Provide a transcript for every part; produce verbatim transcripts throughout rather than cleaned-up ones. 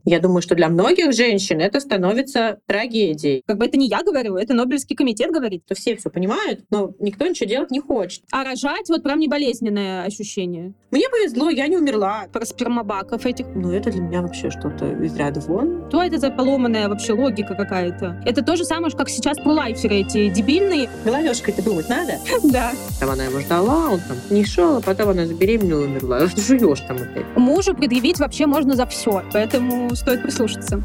Я думаю, что для многих женщин это становится трагедией. Как бы это не я говорю, это Нобелевский комитет говорит. То все все понимают, но никто ничего делать не хочет. А рожать вот прям не болезненное ощущение. Мне повезло, я не умерла. Про спермобаков этих. Ну это для меня вообще что-то из ряда вон. Что это за поломанная вообще логика какая-то? Это то же самое, как сейчас пролайферы эти дебильные. Головешкой-то думать надо? Да. Там она его ждала, он там не шел, а потом она забеременела и умерла. Жуешь там опять. Мужу предъявить вообще можно за все, поэтому стоит прислушаться.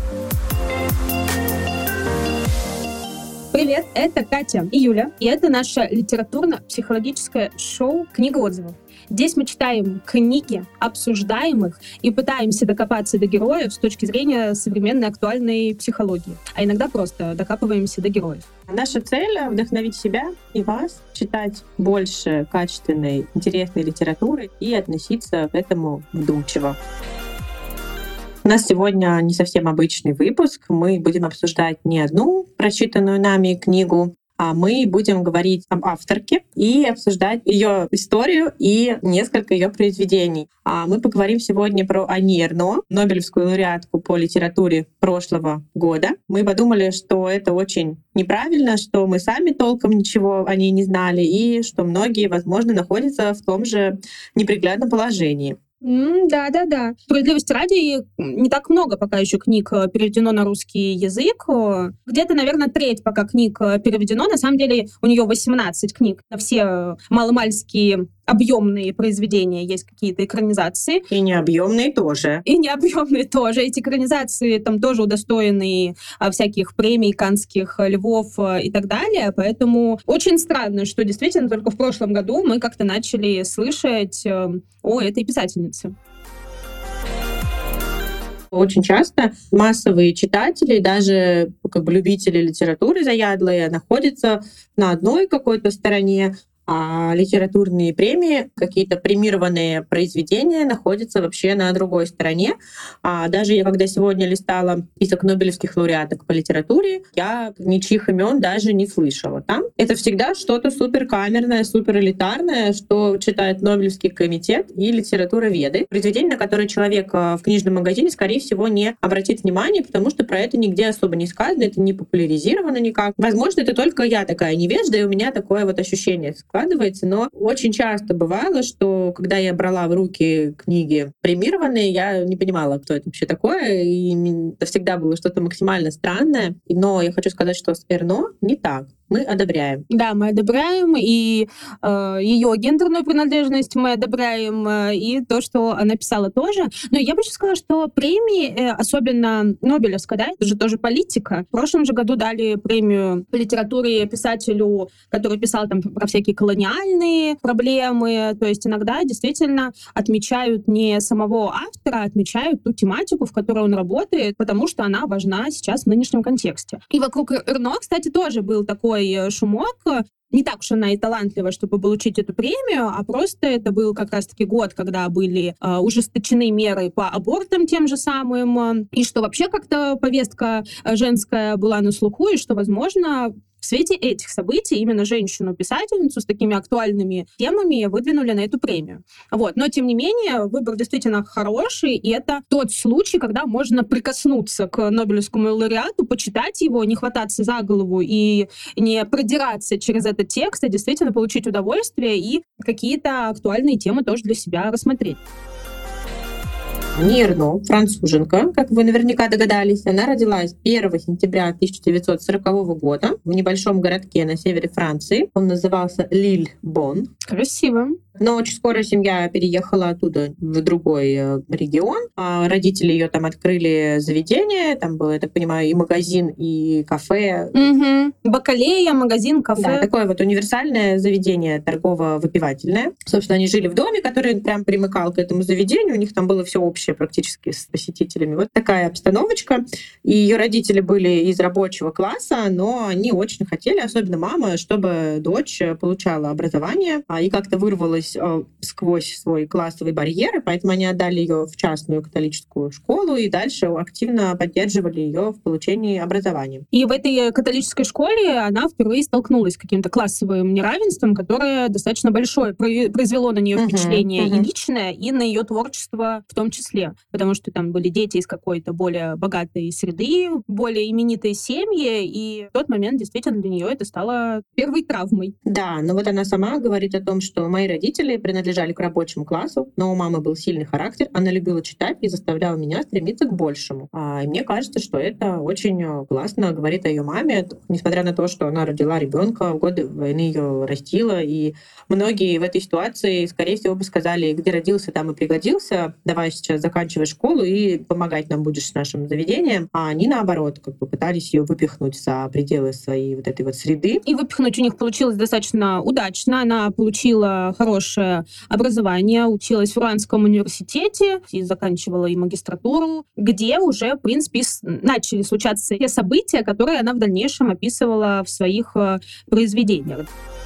Привет, это Катя и Юля, и это наше литературно-психологическое шоу «Книга отзывов». Здесь мы читаем книги, обсуждаем их и пытаемся докопаться до героев с точки зрения современной актуальной психологии. А иногда просто докапываемся до героев. Наша цель — вдохновить себя и вас читать больше качественной, интересной литературы и относиться к этому вдумчиво. У нас сегодня не совсем обычный выпуск. Мы будем обсуждать не одну прочитанную нами книгу, а мы будем говорить об авторке и обсуждать ее историю и несколько ее произведений. А мы поговорим сегодня про Ани Эрно, Нобелевскую лауреатку по литературе прошлого года. Мы подумали, что это очень неправильно, что мы сами толком ничего о ней не знали и что многие, возможно, находятся в том же неприглядном положении. Да-да-да. Справедливости ради, не так много пока еще книг переведено на русский язык. Где-то, наверное, треть пока книг переведено. На самом деле у нее восемнадцать книг. На все маломальские объемные произведения есть какие-то экранизации. И необъемные тоже. И необъемные тоже. Эти экранизации там тоже удостоены всяких премий, каннских львов и так далее. Поэтому очень странно, что действительно только в прошлом году мы как-то начали слышать о этой писательнице. Очень часто массовые читатели, даже как бы любители литературы заядлые, находятся на одной какой-то стороне, а литературные премии, какие-то премированные произведения находятся вообще на другой стороне. А даже я, когда сегодня листала список нобелевских лауреаток по литературе, я ничьих имен даже не слышала. Там это всегда что-то суперкамерное, суперэлитарное, что читает Нобелевский комитет и литературоведы. Произведение, на которое человек в книжном магазине, скорее всего, не обратит внимания, потому что про это нигде особо не сказано, это не популяризировано никак. Возможно, это только я такая невежда, и у меня такое вот ощущение складывается, но очень часто бывало, что когда я брала в руки книги премированные, я не понимала, кто это вообще такое, и это всегда было что-то максимально странное. Но я хочу сказать, что с Эрно не так. Мы одобряем. Да, мы одобряем, и э, ее гендерную принадлежность мы одобряем, э, и то, что она писала тоже. Но я бы еще сказала, что премии, э, особенно Нобелевская, да, это же тоже политика. В прошлом же году дали премию по литературе писателю, который писал там про всякие колониальные проблемы. То есть иногда действительно отмечают не самого автора, а отмечают ту тематику, в которой он работает, потому что она важна сейчас в нынешнем контексте. И вокруг Эрно, кстати, тоже был такой шумок. Не так уж она и талантлива, чтобы получить эту премию, а просто это был как раз-таки год, когда были э, ужесточены меры по абортам тем же самым, и что вообще как-то повестка женская была на слуху, и что, возможно, в свете этих событий именно женщину-писательницу с такими актуальными темами выдвинули на эту премию. Вот. Но, тем не менее, выбор действительно хороший, и это тот случай, когда можно прикоснуться к Нобелевскому лауреату, почитать его, не хвататься за голову и не продираться через этот текст, а действительно получить удовольствие и какие-то актуальные темы тоже для себя рассмотреть. Ани Эрно, француженка, как вы наверняка догадались. Она родилась первого сентября тысяча девятьсот сорокового года в небольшом городке на севере Франции. Он назывался Лиль-Бон. Красиво. Но очень скоро семья переехала оттуда в другой регион. А родители ее там открыли заведение. Там был, я так понимаю, и магазин, и кафе. Угу. Бакалея, магазин, кафе. Да, такое вот универсальное заведение торгово-выпивательное. Собственно, они жили в доме, который прям примыкал к этому заведению. У них там было все общее практически с посетителями. Вот такая обстановочка. И ее родители были из рабочего класса, но они очень хотели, особенно мама, чтобы дочь получала образование и как-то вырвалась пробилась э, сквозь свой классовый барьер, и поэтому они отдали ее в частную католическую школу и дальше активно поддерживали ее в получении образования. И в этой католической школе она впервые столкнулась с каким-то классовым неравенством, которое достаточно большое произвело на нее впечатление uh-huh, uh-huh. и личное, и на ее творчество в том числе. Потому что там были дети из какой-то более богатой среды, более именитые семьи, и в тот момент действительно для нее это стало первой травмой. Да, но вот она сама говорит о том, что мои родители принадлежали к рабочему классу, но у мамы был сильный характер, она любила читать и заставляла меня стремиться к большему. А, и мне кажется, что это очень классно говорит о ее маме, несмотря на то, что она родила ребенка, в годы войны ее растила, и многие в этой ситуации, скорее всего, бы сказали, где родился, там и пригодился, давай сейчас заканчивай школу и помогать нам будешь с нашим заведением. А они, наоборот, как бы пытались ее выпихнуть за пределы своей вот этой вот среды. И выпихнуть у них получилось достаточно удачно. Она получила хорошее образование, училась в Руанском университете и заканчивала и магистратуру, где уже, в принципе, начали случаться те события, которые она в дальнейшем описывала в своих произведениях.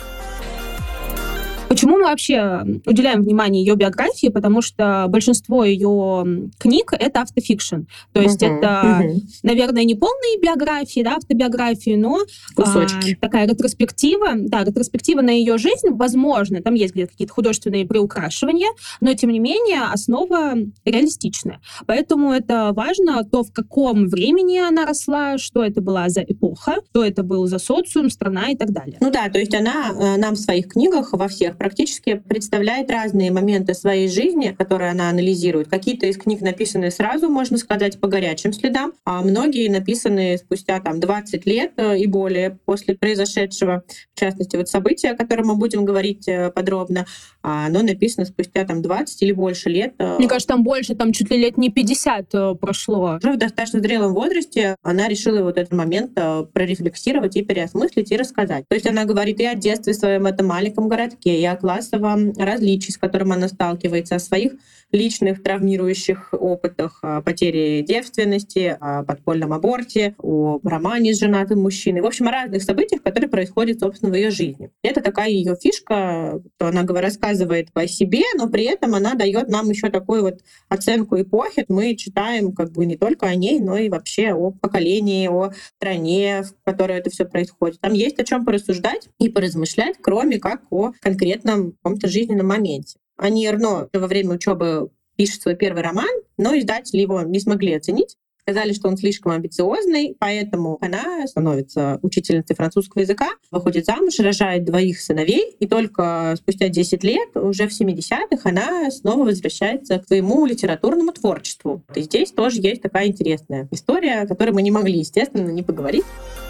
Почему мы вообще уделяем внимание ее биографии? Потому что большинство ее книг — это автофикшн. То есть uh-huh, это, uh-huh. наверное, не полные биографии, да, автобиографии, но а, такая ретроспектива, да, ретроспектива на ее жизнь, возможно, там есть где-то какие-то художественные приукрашивания, но, тем не менее, основа реалистичная. Поэтому это важно, то, в каком времени она росла, что это была за эпоха, что это был за социум, страна и так далее. Ну да, то есть она нам в своих книгах во всех практически представляет разные моменты своей жизни, которые она анализирует. Какие-то из книг написаны сразу, можно сказать, по горячим следам, а многие написаны спустя там двадцать лет и более после произошедшего. В частности, вот событие, о котором мы будем говорить подробно, оно написано спустя там двадцать или больше лет. Мне кажется, там больше, там чуть ли лет не пятьдесят прошло. Уже в достаточно зрелом возрасте она решила вот этот момент прорефлексировать и переосмыслить и рассказать. То есть она говорит и о детстве своем, этом маленьком городке, и о классовом различии, с которым она сталкивается, о своих личных травмирующих опытах, о потере девственности, о подпольном аборте, о романе с женатым мужчиной. В общем, о разных событиях, которые происходят, собственно, в ее жизни. Это такая ее фишка, что она рассказывает по себе, но при этом она дает нам еще такую вот оценку эпохи. Мы читаем как бы не только о ней, но и вообще о поколении, о стране, в которой это все происходит. Там есть о чем порассуждать и поразмышлять, кроме как о конкретном каком-то жизненном моменте. Ани Эрно во время учебы пишет свой первый роман, но издатели его не смогли оценить. Сказали, что он слишком амбициозный, поэтому она становится учительницей французского языка, выходит замуж, рожает двоих сыновей, и только спустя десять лет, уже в семидесятых, она снова возвращается к своему литературному творчеству. И здесь тоже есть такая интересная история, о которой мы не могли, естественно, не поговорить.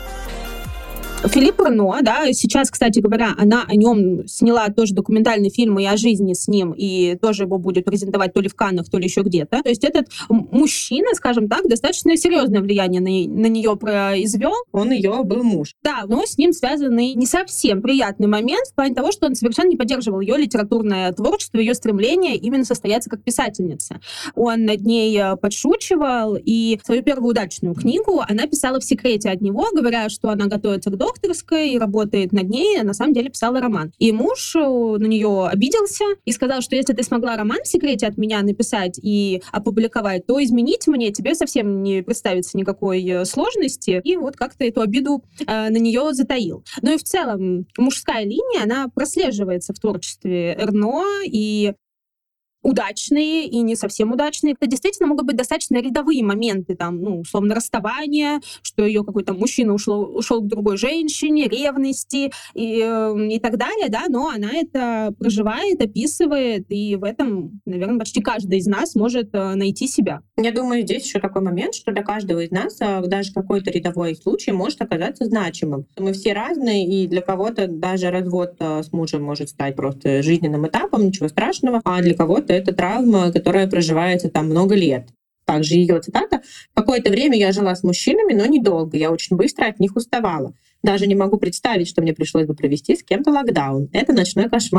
Филипп Эрно, да, сейчас, кстати говоря, она о нем сняла тоже документальный фильм и о жизни с ним, и тоже его будет презентовать то ли в Каннах, то ли еще где-то. То есть этот мужчина, скажем так, достаточно серьезное влияние на, на нее произвел. Он ее был муж. Да, но с ним связанный не совсем приятный момент в плане того, что он совершенно не поддерживал ее литературное творчество, ее стремление именно состояться как писательница. Он над ней подшучивал, и свою первую удачную книгу она писала в секрете от него, говоря, что она готовится к докторской и работает над ней, а на самом деле писала роман. И муж на нее обиделся и сказал, что если ты смогла роман в секрете от меня написать и опубликовать, то изменить мне тебе совсем не представится никакой сложности. И вот как-то эту обиду э, на нее затаил. Ну и в целом мужская линия, она прослеживается в творчестве Эрно, и удачные и не совсем удачные. Это действительно могут быть достаточно рядовые моменты, там, ну, условно, расставание, что ее какой-то мужчина ушел, ушел к другой женщине, ревности и, и так далее, да, но она это проживает, описывает, и в этом, наверное, почти каждый из нас может найти себя. Я думаю, здесь еще такой момент, что для каждого из нас даже какой-то рядовой случай может оказаться значимым. Мы все разные, и для кого-то даже развод с мужем может стать просто жизненным этапом, ничего страшного, а для кого-то это травма, которая проживается там много лет. Также ее цитата: «Какое-то время я жила с мужчинами, но недолго. Я очень быстро от них уставала. Даже не могу представить, что мне пришлось бы провести с кем-то локдаун. Это ночной кошмар».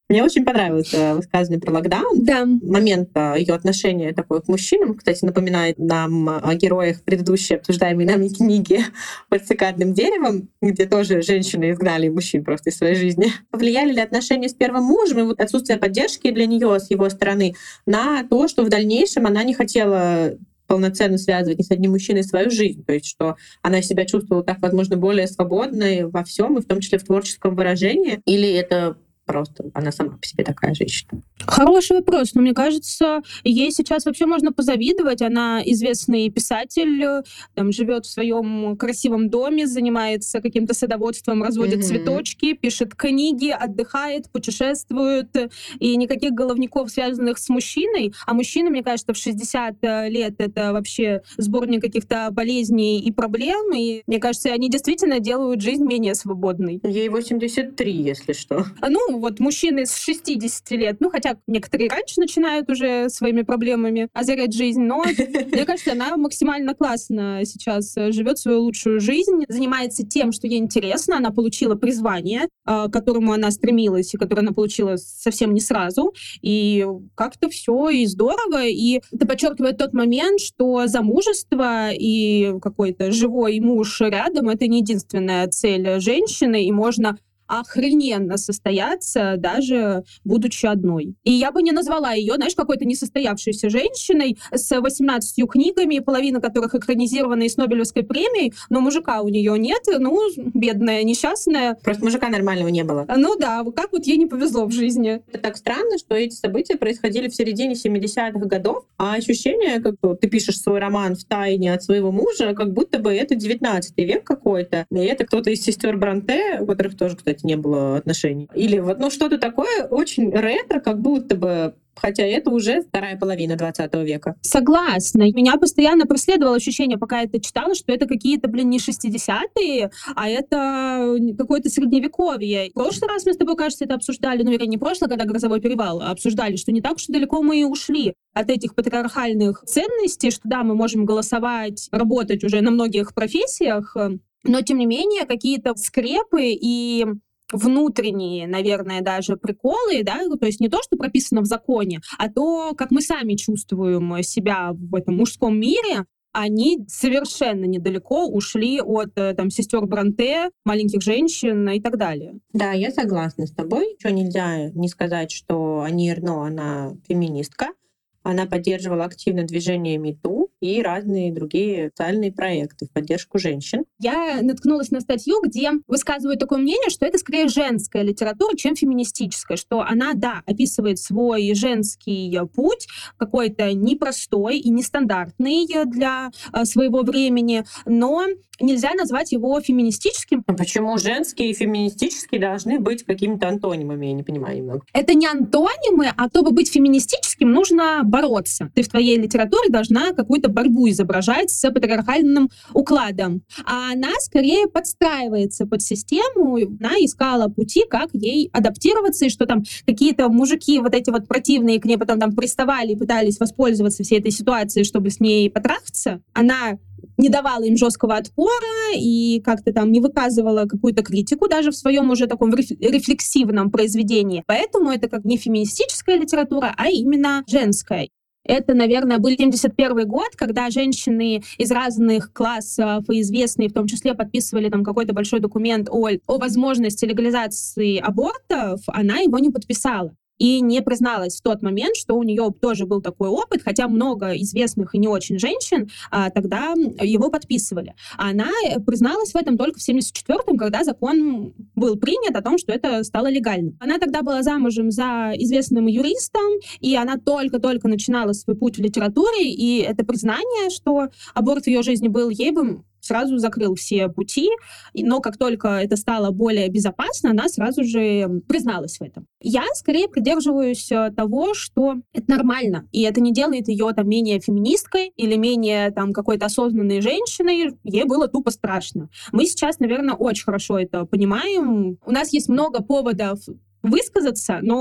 Мне очень понравилось э, высказывание про локдаун. Да. Момент э, ее отношения такое к мужчинам, кстати, напоминает нам о героях предыдущей обсуждаемой нами книги «Под цикадным деревом», где тоже женщины изгнали мужчин просто из своей жизни. Повлияли ли отношения с первым мужем и вот отсутствие поддержки для нее с его стороны на то, что в дальнейшем она не хотела полноценно связывать ни с одним мужчиной свою жизнь, то есть что она себя чувствовала так, возможно, более свободной во всем, и в том числе в творческом выражении, или это просто она сама по себе такая женщина? Хороший вопрос, но мне кажется, ей сейчас вообще можно позавидовать. Она известный писатель, там, живет в своем красивом доме, занимается каким-то садоводством, разводит mm-hmm. цветочки, пишет книги, отдыхает, путешествует, и никаких головников, связанных с мужчиной. А мужчина, мне кажется, в шестьдесят лет это вообще сборник каких-то болезней и проблем, и мне кажется, они действительно делают жизнь менее свободной. Ей восемьдесят три, если что. Ну, вот мужчины с шестидесяти лет, ну, хотя некоторые раньше начинают уже своими проблемами озарять жизнь, но мне кажется, она максимально классно сейчас живет свою лучшую жизнь, занимается тем, что ей интересно, она получила призвание, к которому она стремилась, и которое она получила совсем не сразу, и как-то все и здорово, и это подчеркивает тот момент, что замужество и какой-то живой муж рядом — это не единственная цель женщины, и можно охрененно состояться, даже будучи одной. И я бы не назвала ее, знаешь, какой-то несостоявшейся женщиной с восемнадцатью книгами, половина которых экранизированы с Нобелевской премией, но мужика у нее нет, ну, бедная, несчастная. Просто мужика нормального не было. Ну да, как вот ей не повезло в жизни. Это так странно, что эти события происходили в середине семидесятых годов, а ощущение, как ты пишешь свой роман в тайне от своего мужа, как будто бы это девятнадцатый век какой-то, и это кто-то из сестер Бронте, у которых тоже, кстати, не было отношений. Или вот, ну, что-то такое очень ретро, как будто бы, хотя это уже вторая половина двадцатого века. Согласна. Меня постоянно преследовало ощущение, пока я это читала, что это какие-то, блин, не шестидесятые, а это какое-то средневековье. В прошлый раз мы с тобой, кажется, это обсуждали, ну, или не прошлый, когда «Грозовой перевал», а обсуждали, что не так уж и далеко мы и ушли от этих патриархальных ценностей, что да, мы можем голосовать, работать уже на многих профессиях, но, тем не менее, какие-то скрепы и внутренние, наверное, даже приколы, да, то есть не то, что прописано в законе, а то, как мы сами чувствуем себя в этом мужском мире, они совершенно недалеко ушли от там сестер Бронте, маленьких женщин и так далее. Да, я согласна с тобой. Еще нельзя не сказать, что Ани Эрно, она феминистка. Она поддерживала активно движение МИТУ и разные другие социальные проекты в поддержку женщин. Я наткнулась на статью, где высказывают такое мнение, что это скорее женская литература, чем феминистическая, что она, да, описывает свой женский путь, какой-то непростой и нестандартный для своего времени, но нельзя назвать его феминистическим. А почему женские и феминистические должны быть какими-то антонимами? Я не понимаю немного. Это не антонимы, а чтобы быть феминистическим, нужно бороться. Ты в твоей литературе должна какую-то борьбу изображать с патриархальным укладом. А она скорее подстраивается под систему. Она искала пути, как ей адаптироваться, и что там какие-то мужики вот эти вот противные к ней потом там приставали и пытались воспользоваться всей этой ситуацией, чтобы с ней потрахаться. Она не давала им жесткого отпора и как-то там не выказывала какую-то критику даже в своем уже таком рефлексивном произведении. Поэтому это как не феминистическая литература, а именно женская. Это, наверное, был семьдесят первый год, когда женщины из разных классов и известные, в том числе, подписывали там какой-то большой документ о, о возможности легализации абортов, она его не подписала. И не призналась в тот момент, что у нее тоже был такой опыт, хотя много известных и не очень женщин а, тогда его подписывали. Она призналась в этом только в семьдесят четвёртом, когда закон был принят о том, что это стало легальным. Она тогда была замужем за известным юристом, и она только-только начинала свой путь в литературе, и это признание, что аборт в ее жизни был, ей бы сразу закрыл все пути, но как только это стало более безопасно, она сразу же призналась в этом. Я скорее придерживаюсь того, что это нормально, и это не делает ее там менее феминисткой или менее там какой-то осознанной женщиной. Ей было тупо страшно. Мы сейчас, наверное, очень хорошо это понимаем. У нас есть много поводов высказаться, но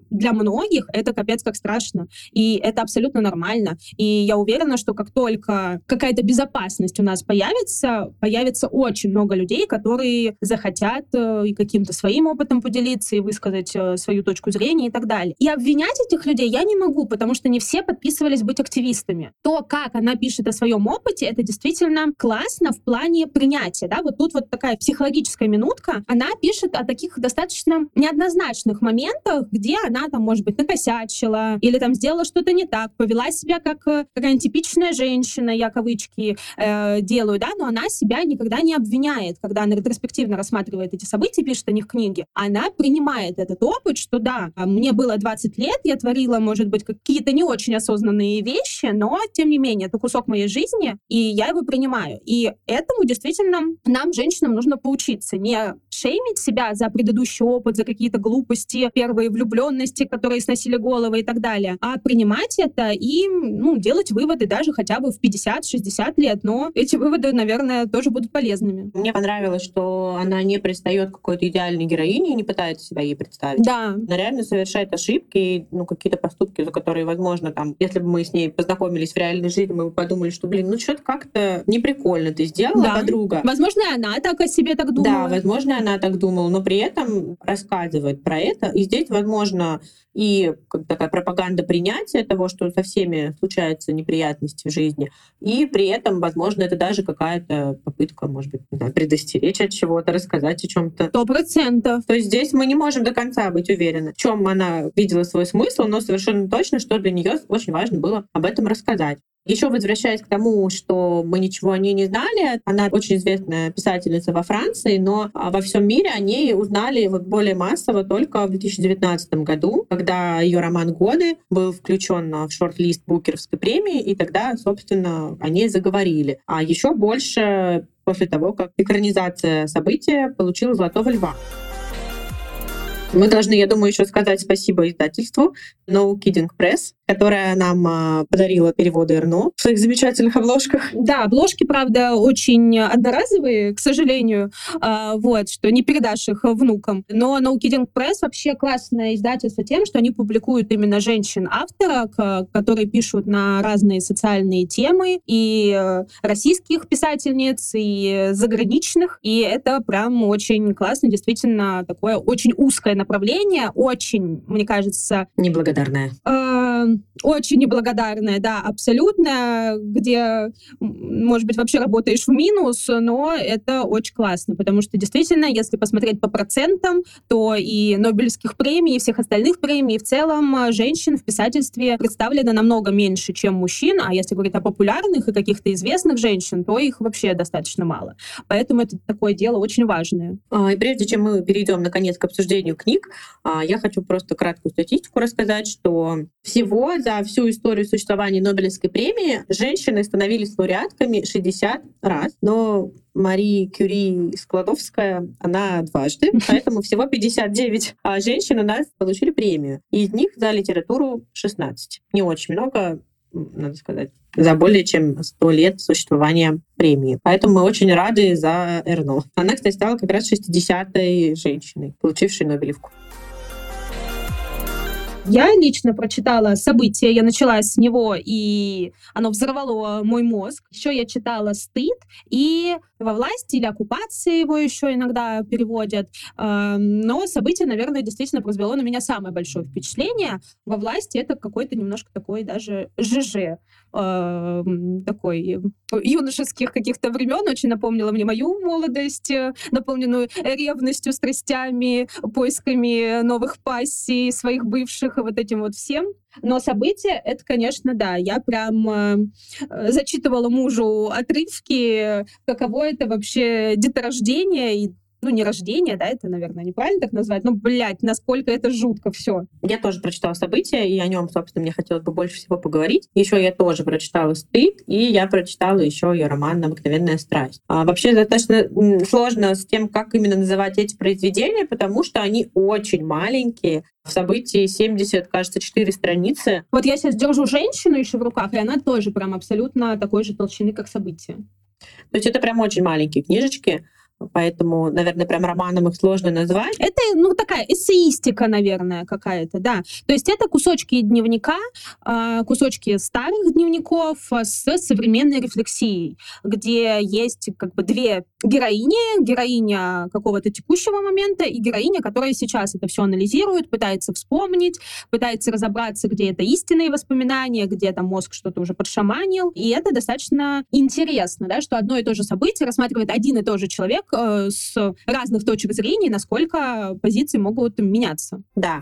для многих это капец как страшно. И это абсолютно нормально. И я уверена, что как только какая-то безопасность у нас появится, появится очень много людей, которые захотят э, и каким-то своим опытом поделиться, и высказать э, свою точку зрения и так далее. И обвинять этих людей я не могу, потому что не все подписывались быть активистами. То, как она пишет о своем опыте, это действительно классно в плане принятия. Да? Вот тут вот такая психологическая минутка. Она пишет о таких достаточно неоднозначных моментах, где она там, может быть, накосячила или там сделала что-то не так, повела себя как какая-нибудь типичная женщина, я кавычки э, делаю, да, но она себя никогда не обвиняет, когда она ретроспективно рассматривает эти события, пишет о них книги. Она принимает этот опыт, что да, мне было двадцать лет, я творила, может быть, какие-то не очень осознанные вещи, но, тем не менее, это кусок моей жизни, и я его принимаю. И этому действительно нам, женщинам, нужно поучиться. Не шеймить себя за предыдущий опыт, за какие-то глупости, первые влюбленности, которые сносили головы и так далее, а принимать это и ну, делать выводы даже хотя бы в пятьдесят-шестьдесят лет. Но эти выводы, наверное, тоже будут полезными. Мне понравилось, что она не пристает к какой-то идеальной героине и не пытается себя ей представить. Да. Она реально совершает ошибки и ну, какие-то поступки, за которые, возможно, там, если бы мы с ней познакомились в реальной жизни, мы бы подумали, что, блин, ну что-то как-то неприкольно ты сделала, да. подруга. Возможно, и она так о себе так думала. Да, возможно, она так думала, но при этом рассказывает про это. И здесь, возможно, и как такая пропаганда принятия того, что со всеми случаются неприятности в жизни, и при этом, возможно, это даже какая-то попытка, может быть, не знаю, предостеречь от чего-то, рассказать о чем-то. Сто процентов. То есть здесь мы не можем до конца быть уверены, в чем она видела свой смысл, но совершенно точно, что для нее очень важно было об этом рассказать. Еще возвращаясь к тому, что мы ничего о ней не знали, она очень известная писательница во Франции, но во всем мире о ней узнали вот более массово только в две тысячи девятнадцатом году, когда ее роман «Годы» был включен в шорт-лист Букеровской премии, и тогда, собственно, о ней заговорили. А еще больше после того, как экранизация события получила «Золотого льва». Мы должны, я думаю, еще сказать спасибо издательству No Kidding Press, которая нам а, подарила переводы Эрно в своих замечательных обложках. Да, обложки, правда, очень одноразовые, к сожалению, а, вот, что не передашь их внукам. Но No Kidding Press вообще классное издательство тем, что они публикуют именно женщин-авторок, которые пишут на разные социальные темы, и российских писательниц, и заграничных. И это прям очень классно, действительно, такое очень узкое направление, очень, мне кажется... Неблагодарное. Э, очень неблагодарное, да, абсолютно, где, может быть, вообще работаешь в минус, но это очень классно, потому что действительно, если посмотреть по процентам, то и Нобелевских премий, и всех остальных премий, в целом женщин в писательстве представлено намного меньше, чем мужчин, а если говорить о популярных и каких-то известных женщин, то их вообще достаточно мало. Поэтому это такое дело очень важное. И прежде чем мы перейдем, наконец, к обсуждению книг, я хочу просто краткую статистику рассказать, что всего за всю историю существования Нобелевской премии женщины становились лауреатками шестьдесят раз, но Мари Кюри Складовская, она дважды, поэтому всего пятьдесят девять женщин у нас получили премию. Из них за литературу шестнадцать. Не очень много, надо сказать, за более чем сто лет существования премии. Поэтому мы очень рады за Эрно. Она, кстати, стала как раз шестидесятой женщиной, получившей Нобелевку. Я лично прочитала «События», я начала с него, и оно взорвало мой мозг. Еще я читала «Стыд» и «Во власти» или «Оккупации» его еще иногда переводят. Но «События», наверное, действительно произвело на меня самое большое впечатление. «Во власти» — это какой-то немножко такой даже ЖЖ. Такой юношеских каких-то времен, очень напомнила мне мою молодость, наполненную ревностью, страстями, поисками новых пассий, своих бывших и вот этим вот всем. Но «События» — это, конечно, да, я прям э, зачитывала мужу отрывки, каково это вообще деторождение и ну, не рождение, да, это, наверное, неправильно так назвать, но, блядь, насколько это жутко все. Я тоже прочитала «События», и о нем, собственно, мне хотелось бы больше всего поговорить. Еще я тоже прочитала «Стыд», и я прочитала еще ее роман «Обыкновенная страсть». А вообще достаточно сложно с тем, как именно называть эти произведения, потому что они очень маленькие. В «Событии» семьдесят, кажется, четыре страницы. Вот я сейчас держу женщину еще в руках, и она тоже прям абсолютно такой же толщины, как «События». То есть это прям очень маленькие книжечки. поэтому, наверное, прям романом их сложно назвать. Это, ну, такая эссеистика, наверное, какая-то, да. То есть это кусочки дневника, кусочки старых дневников с современной рефлексией, где есть как бы две героини, героиня какого-то текущего момента и героиня, которая сейчас это все анализирует, пытается вспомнить, пытается разобраться, где это истинные воспоминания, где там мозг что-то уже подшаманил. И это достаточно интересно, да, что одно и то же событие рассматривает один и тот же человек э, с разных точек зрения, насколько позиции могут меняться. Да.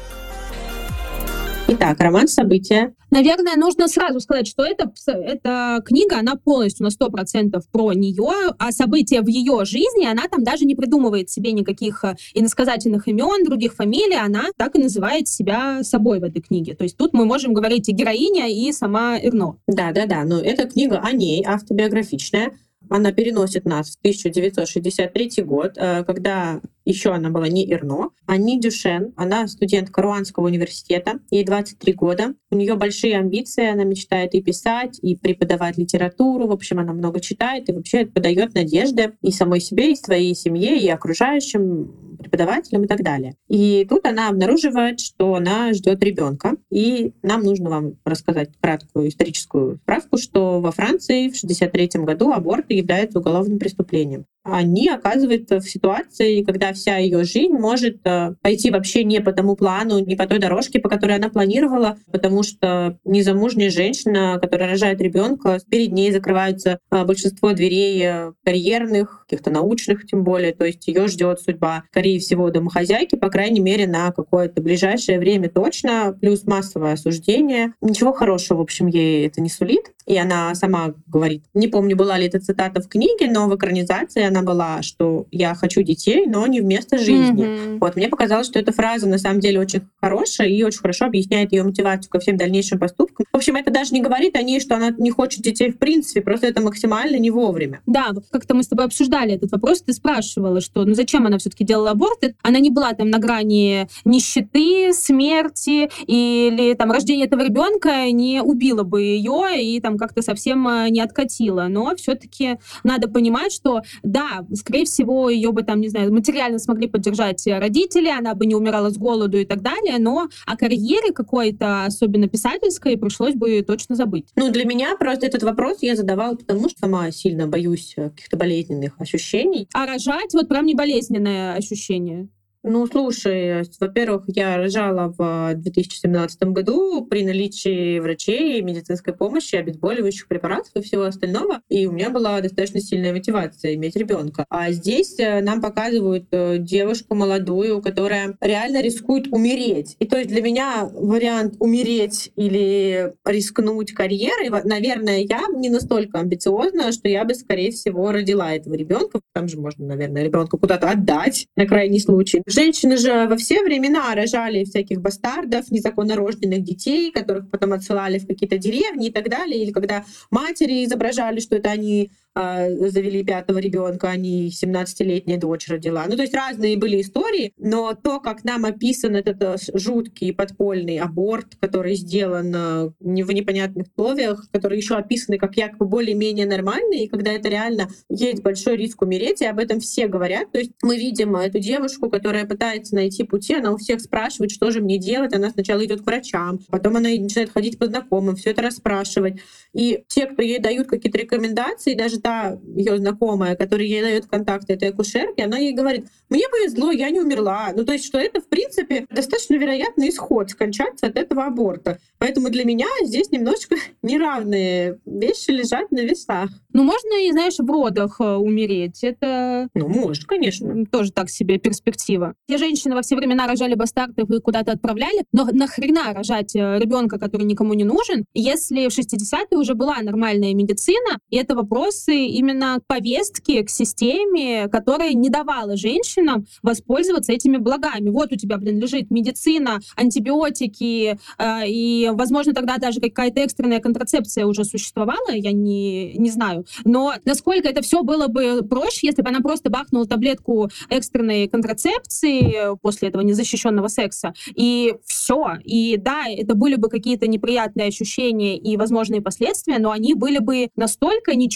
Итак, роман «События». Наверное, нужно сразу сказать, что это, эта книга, она полностью на сто процентов про нее, а события в ее жизни, она там даже не придумывает себе никаких иносказательных имен, других фамилий, она так и называет себя собой в этой книге. То есть тут мы можем говорить и героиня, и сама Эрно. Да-да-да, но эта книга о ней, автобиографичная. Она переносит нас в тысяча девятьсот шестьдесят третий год, когда еще она была не Эрно, а не Дюшен. Она студентка Руанского университета, ей двадцать три года. У нее большие амбиции, она мечтает и писать, и преподавать литературу. В общем, она много читает и вообще подает надежды и самой себе, и своей семье, и окружающим преподавателям и так далее. И тут она обнаруживает, что она ждет ребенка. И нам нужно вам рассказать краткую историческую справку, что во Франции в шестьдесят третьем году аборт является уголовным преступлением. Они оказываются в ситуации, когда вся ее жизнь может пойти вообще не по тому плану, не по той дорожке, по которой она планировала, потому что незамужняя женщина, которая рожает ребенка, перед ней закрываются большинство дверей карьерных, каких-то научных тем более, то есть ее ждет судьба, скорее всего, домохозяйки, по крайней мере, на какое-то ближайшее время точно, плюс массовое осуждение. Ничего хорошего, в общем, ей это не сулит. И она сама говорит, не помню, была ли это цитата в книге, но в экранизации она была, что «я хочу детей, но не вместо жизни». Mm-hmm. Вот, мне показалось, что эта фраза на самом деле очень хорошая и очень хорошо объясняет ее мотивацию ко всем дальнейшим поступкам. В общем, это даже не говорит о ней, что она не хочет детей в принципе, просто это максимально не вовремя. Да, как-то мы с тобой обсуждали этот вопрос, ты спрашивала, что ну зачем она все-таки делала аборт? Она не была там на грани нищеты, смерти или там рождения этого ребенка не убило бы ее и там как-то совсем не откатило. Но все-таки надо понимать, что да, скорее всего, ее бы там, не знаю, материально смогли поддержать родители, она бы не умирала с голоду и так далее, но о карьере какой-то, особенно писательской, пришлось бы точно забыть. Ну, для меня просто этот вопрос я задавала, потому что сама сильно боюсь каких-то болезненных ощущений. А рожать вот прям не болезненное ощущение? Ну, слушай, во-первых, я рожала в две тысячи семнадцатом году при наличии врачей, медицинской помощи, обезболивающих препаратов и всего остального. И у меня была достаточно сильная мотивация иметь ребенка. А здесь нам показывают девушку молодую, которая реально рискует умереть. И то есть для меня вариант умереть или рискнуть карьерой, наверное, я не настолько амбициозна, что я бы, скорее всего, родила этого ребенка. Там же можно, наверное, ребенка куда-то отдать на крайний случай. Женщины же во все времена рожали всяких бастардов, незаконно рожденных детей, которых потом отсылали в какие-то деревни и так далее. Или когда матери изображали, что это они э, завели пятого ребенка, а не семнадцатилетняя дочь родила. Ну, то есть разные были истории, но то, как нам описан этот жуткий подпольный аборт, который сделан в непонятных условиях, который еще описаны как якобы более-менее нормальный, и когда это реально есть большой риск умереть, и об этом все говорят. То есть мы видим эту девушку, которая пытается найти пути, она у всех спрашивает, что же мне делать. Она сначала идет к врачам, потом она начинает ходить по знакомым, все это расспрашивать. И те, кто ей дают какие-то рекомендации, даже та ее знакомая, которая ей дает контакты этой акушерки, она ей говорит: мне повезло, я не умерла. Ну, то есть, что это, в принципе, достаточно вероятный исход, скончаться от этого аборта. Поэтому для меня здесь немножечко неравные вещи лежат на весах. Ну, можно и, знаешь, в родах умереть. Это... Ну, может, конечно. Тоже так себе перспектива. Те женщины во все времена рожали бастардов и куда-то отправляли, но нахрена рожать ребенка, который никому не нужен, если в шестидесятые уже была нормальная медицина, и это вопросы именно к повестке, к системе, которая не давала женщинам воспользоваться этими благами. Вот у тебя, блин, лежит медицина, антибиотики, э, и, возможно, тогда даже какая-то экстренная контрацепция уже существовала, я не, не знаю. Но насколько это все было бы проще, если бы она просто бахнула таблетку экстренной контрацепции после этого незащищенного секса, и все. И да, это были бы какие-то неприятные ощущения и возможные последствия, но они были бы настолько ничтожны,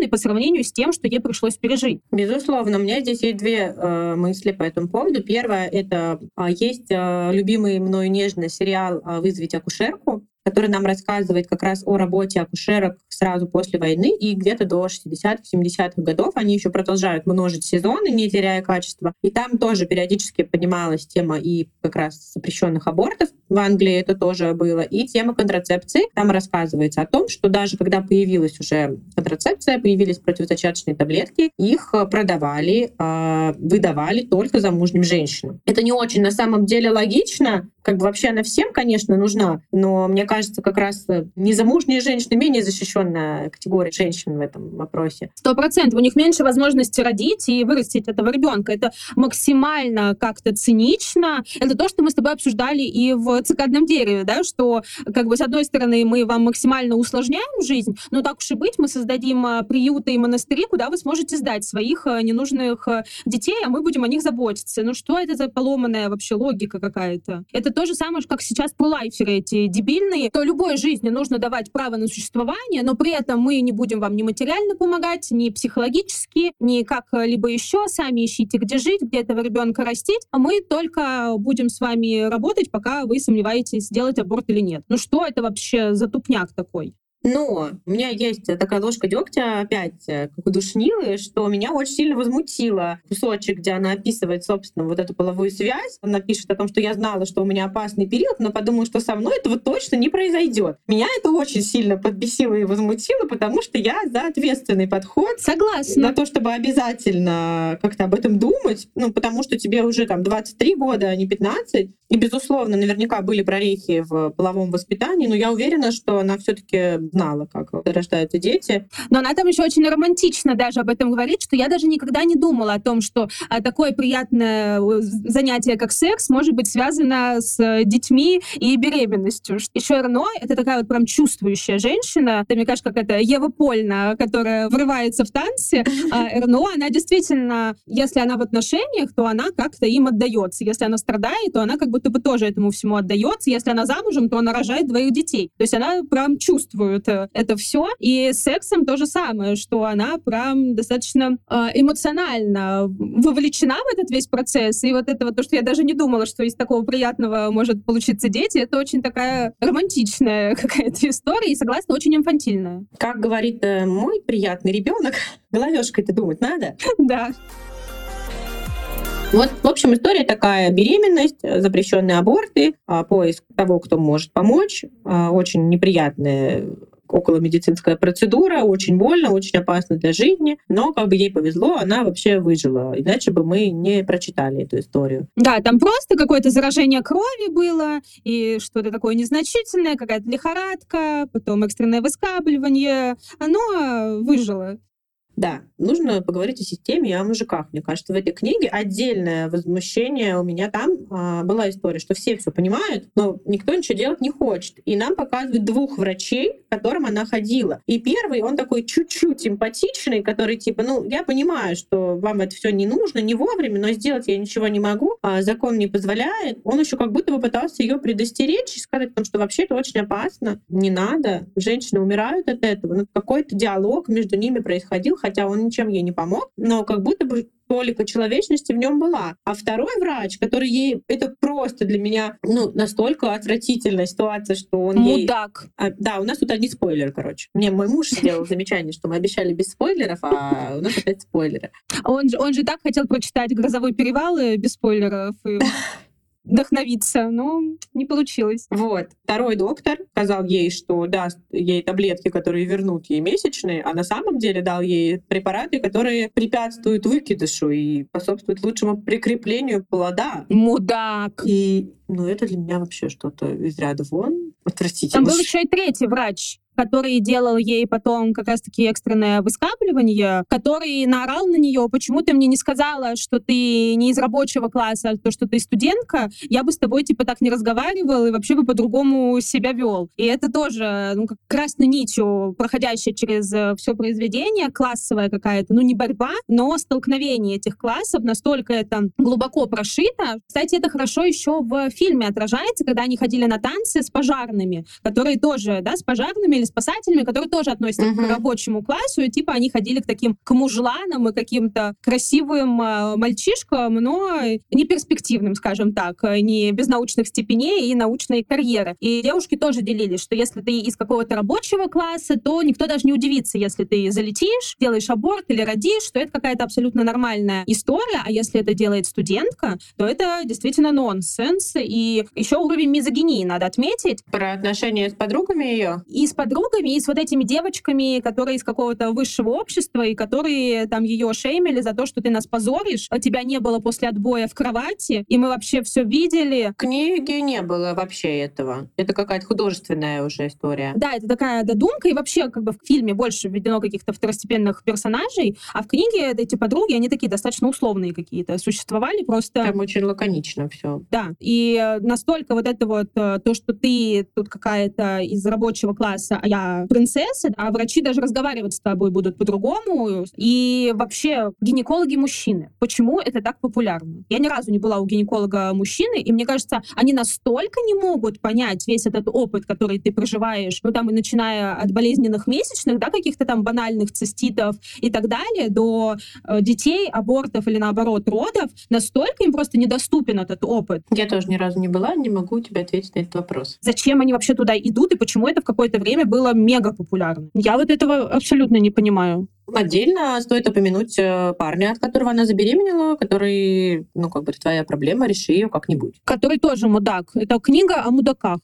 безнадежной по сравнению с тем, что ей пришлось пережить. Безусловно, у меня здесь есть две э, мысли по этому поводу. Первое — это э, есть э, любимый мною нежный сериал э, «Вызовите акушерку», который нам рассказывает как раз о работе акушерок сразу после войны, и где-то до шестидесятых-семидесятых годов они еще продолжают множить сезоны, не теряя качества. И там тоже периодически поднималась тема и как раз запрещенных абортов. В Англии это тоже было. И тема контрацепции. Там рассказывается о том, что даже когда появилась уже контрацепция, появились противозачаточные таблетки, их продавали, выдавали только замужним женщинам. Это не очень на самом деле логично. Как бы вообще она всем, конечно, нужна, но мне кажется, как раз незамужние женщины менее защищенная категория женщин в этом вопросе. Сто процентов. У них меньше возможности родить и вырастить этого ребенка. Это максимально как-то цинично. Это то, что мы с тобой обсуждали и в цикадном дереве, да, что как бы с одной стороны мы вам максимально усложняем жизнь, но так уж и быть, мы создадим приюты и монастыри, куда вы сможете сдать своих ненужных детей, а мы будем о них заботиться. Ну что это за поломанная вообще логика какая-то? Это то же самое, как сейчас пролайферы эти дебильные, то любой жизни нужно давать право на существование, но при этом мы не будем вам ни материально помогать, ни психологически, ни как-либо еще. Сами ищите, где жить, где этого ребенка растить, а мы только будем с вами работать, пока вы сомневаетесь, сделать аборт или нет. Ну что это вообще за тупняк такой? Но у меня есть такая ложка дегтя, опять, как у Душнилы, что меня очень сильно возмутило кусочек, где она описывает, собственно, вот эту половую связь. Она пишет о том, что я знала, что у меня опасный период, но подумала, что со мной этого точно не произойдет. Меня это очень сильно подбесило и возмутило, потому что я за ответственный подход. Согласна. На то, чтобы обязательно как-то об этом думать, ну, потому что тебе уже там двадцать три года, а не пятнадцать. И, безусловно, наверняка были прорехи в половом воспитании, но я уверена, что она все-таки знала, как рождаются дети. Но она там еще очень романтично даже об этом говорит, что я даже никогда не думала о том, что такое приятное занятие, как секс, может быть связано с детьми и беременностью. Еще Эрно — это такая вот прям чувствующая женщина. Это, мне кажется, как это Ева Польна, которая врывается в танцы. А Эрно, она действительно, если она в отношениях, то она как-то им отдается. Если она страдает, то она как будто бы тоже этому всему отдается. Если она замужем, то она рожает двоих детей. То есть она прям чувствует это все. И с сексом то же самое, что она прям достаточно э, эмоционально вовлечена в этот весь процесс. И вот это вот то, что я даже не думала, что из такого приятного может получиться дети, это очень такая романтичная какая-то история и, согласна, очень инфантильная. Как говорит э, мой приятный ребенок, головешкой-то думать надо. Да. Вот, в общем, история такая: беременность, запрещенные аборты, поиск того, кто может помочь, очень неприятная околомедицинская процедура, очень больно, очень опасно для жизни, но как бы ей повезло, она вообще выжила, иначе бы мы не прочитали эту историю. Да, там просто какое-то заражение крови было, и что-то такое незначительное, какая-то лихорадка, потом экстренное выскабливание, оно выжило. Да, нужно поговорить о системе и о мужиках. Мне кажется, в этой книге отдельное возмущение у меня там а, была история, что все все понимают, но никто ничего делать не хочет. И нам показывают двух врачей, к которым она ходила. И первый, он такой чуть-чуть эмпатичный, который типа, ну, я понимаю, что вам это все не нужно, не вовремя, но сделать я ничего не могу, а закон не позволяет. Он еще как будто бы пытался ее предостеречь и сказать, потому что вообще это очень опасно, не надо, женщины умирают от этого. Ну, какой-то диалог между ними происходил, хотя он ничем ей не помог, но как будто бы толика человечности в нем была. А второй врач, который ей... Это просто для меня ну, настолько отвратительная ситуация, что он Мудак. ей... А, да, у нас тут одни спойлеры, короче. Мне мой муж сделал замечание, что мы обещали без спойлеров, а у нас опять спойлеры. Он же, он же так хотел прочитать «Грозовой перевал» без спойлеров. И... вдохновиться, но не получилось. Вот. Второй доктор сказал ей, что даст ей таблетки, которые вернут ей месячные, а на самом деле дал ей препараты, которые препятствуют выкидышу и способствуют лучшему прикреплению плода. Мудак! И ну, это для меня вообще что-то из ряда вон отвратительно. Там был еще и третий врач, который делал ей потом как раз-таки экстренное выскабливание, который наорал на нее: почему ты мне не сказала, что ты не из рабочего класса, а то, что ты студентка, я бы с тобой типа так не разговаривал и вообще бы по-другому себя вел. И это тоже ну, как красной нитью, проходящая через все произведение, классовая какая-то, ну не борьба, но столкновение этих классов, настолько это глубоко прошито. Кстати, это хорошо еще в фильме отражается, когда они ходили на танцы с пожарными, которые тоже, да, с пожарными были спасателями, которые тоже относятся uh-huh. к рабочему классу, и типа они ходили к таким к мужланам и каким-то красивым э, мальчишкам, но не перспективным, скажем так, не без научных степеней и научной карьеры. И девушки тоже делились, что если ты из какого-то рабочего класса, то никто даже не удивится, если ты залетишь, делаешь аборт или родишь, что это какая-то абсолютно нормальная история, а если это делает студентка, то это действительно нонсенс. И еще уровень мизогинии надо отметить. Про отношения с подругами ее? И с подругами, и с вот этими девочками, которые из какого-то высшего общества, и которые там ее шеймили за то, что ты нас позоришь, а тебя не было после отбоя в кровати, и мы вообще все видели. В книге не было вообще этого. Это какая-то художественная уже история. Да, это такая додумка, и вообще как бы в фильме больше введено каких-то второстепенных персонажей, а в книге эти подруги, они такие достаточно условные какие-то существовали, просто... Там очень лаконично все. Да, и настолько вот это вот то, что ты тут какая-то из рабочего класса, а я принцесса, а врачи даже разговаривать с тобой будут по-другому. И вообще гинекологи мужчины. Почему это так популярно? Я ни разу не была у гинеколога мужчины, и мне кажется, они настолько не могут понять весь этот опыт, который ты проживаешь, ну там и начиная от болезненных месячных, да, каких-то там банальных циститов и так далее, до э, детей, абортов или наоборот родов, настолько им просто недоступен этот опыт. Я тоже ни разу не была, не могу тебе ответить на этот вопрос. Зачем они вообще туда идут и почему это в какое-то время было мега популярно? Я вот этого абсолютно не понимаю. Отдельно стоит упомянуть парня, от которого она забеременела, который, ну, как бы, твоя проблема, реши ее как-нибудь. Который тоже мудак. Это книга о мудаках.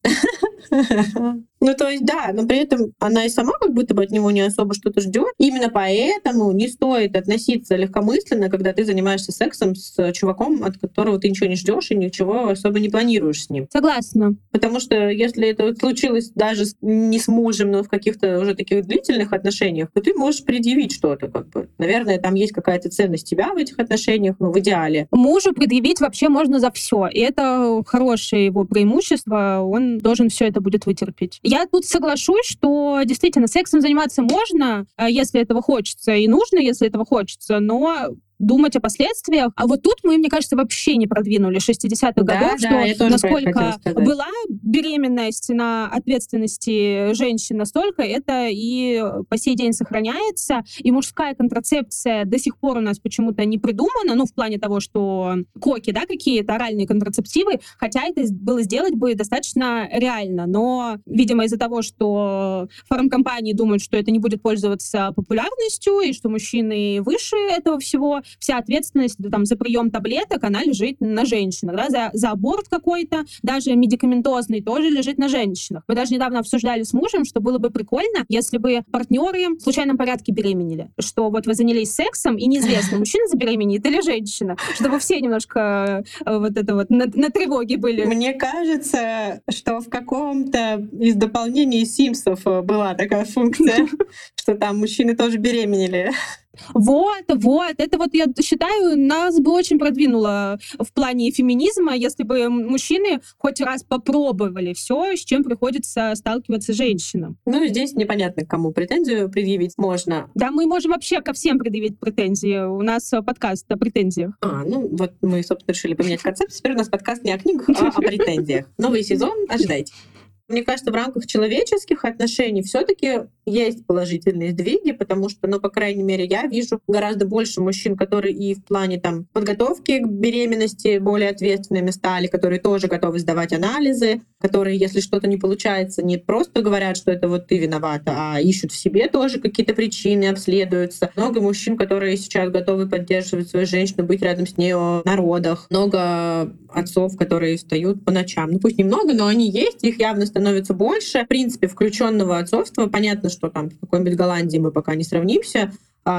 Ну, то есть, да, но при этом она и сама как будто бы от него не особо что-то ждет. Именно поэтому не стоит относиться легкомысленно, когда ты занимаешься сексом с чуваком, от которого ты ничего не ждешь и ничего особо не планируешь с ним. Согласна. Потому что если это случилось даже не с мужем, но в каких-то уже таких длительных отношениях, то ты можешь предъявить что-то, как бы. Наверное, там есть какая-то ценность тебя в этих отношениях, ну, в идеале. Мужу предъявить вообще можно за все, и это хорошее его преимущество, он должен все это будет вытерпеть. Я тут соглашусь, что действительно сексом заниматься можно, если этого хочется, и нужно, если этого хочется, но думать о последствиях. А вот тут мы, мне кажется, вообще не продвинули шестидесятых да, годов, да, что насколько была беременность на ответственности женщин, настолько это и по сей день сохраняется. И мужская контрацепция до сих пор у нас почему-то не придумана, ну, в плане того, что коки, да, какие-то оральные контрацептивы, хотя это было сделать бы достаточно реально. Но, видимо, из-за того, что фармкомпании думают, что это не будет пользоваться популярностью, и что мужчины выше этого всего, вся ответственность там, за прием таблеток, она лежит на женщинах. Да? За, за аборт какой-то, даже медикаментозный, тоже лежит на женщинах. Мы даже недавно обсуждали с мужем, что было бы прикольно, если бы партнеры в случайном порядке беременели. Что вот вы занялись сексом, и неизвестно, мужчина забеременеет или женщина. Чтобы все немножко вот это вот на, на тревоге были. Мне кажется, что в каком-то из дополнений Симсов была такая функция, что там мужчины тоже беременели. Вот, вот, это вот, я считаю, нас бы очень продвинуло в плане феминизма, если бы мужчины хоть раз попробовали все, с чем приходится сталкиваться женщинам. Ну, здесь непонятно, к кому претензию предъявить можно. Да, мы можем вообще ко всем предъявить претензии. У нас подкаст о претензиях. А, ну, вот мы, собственно, решили поменять концепцию. Теперь у нас подкаст не о книгах, а о претензиях. Новый сезон, ожидайте. Мне кажется, в рамках человеческих отношений все-таки есть положительные сдвиги, потому что, ну, по крайней мере, я вижу гораздо больше мужчин, которые и в плане там подготовки к беременности более ответственными стали, которые тоже готовы сдавать анализы, которые, если что-то не получается, не просто говорят, что это вот ты виновата, а ищут в себе тоже какие-то причины, обследуются. Много мужчин, которые сейчас готовы поддерживать свою женщину, быть рядом с ней на родах. Много отцов, которые встают по ночам. Ну, пусть немного, но они есть, их явно становится больше. В принципе, включенного отцовства, понятно, что там в какой-нибудь Голландии мы пока не сравнимся,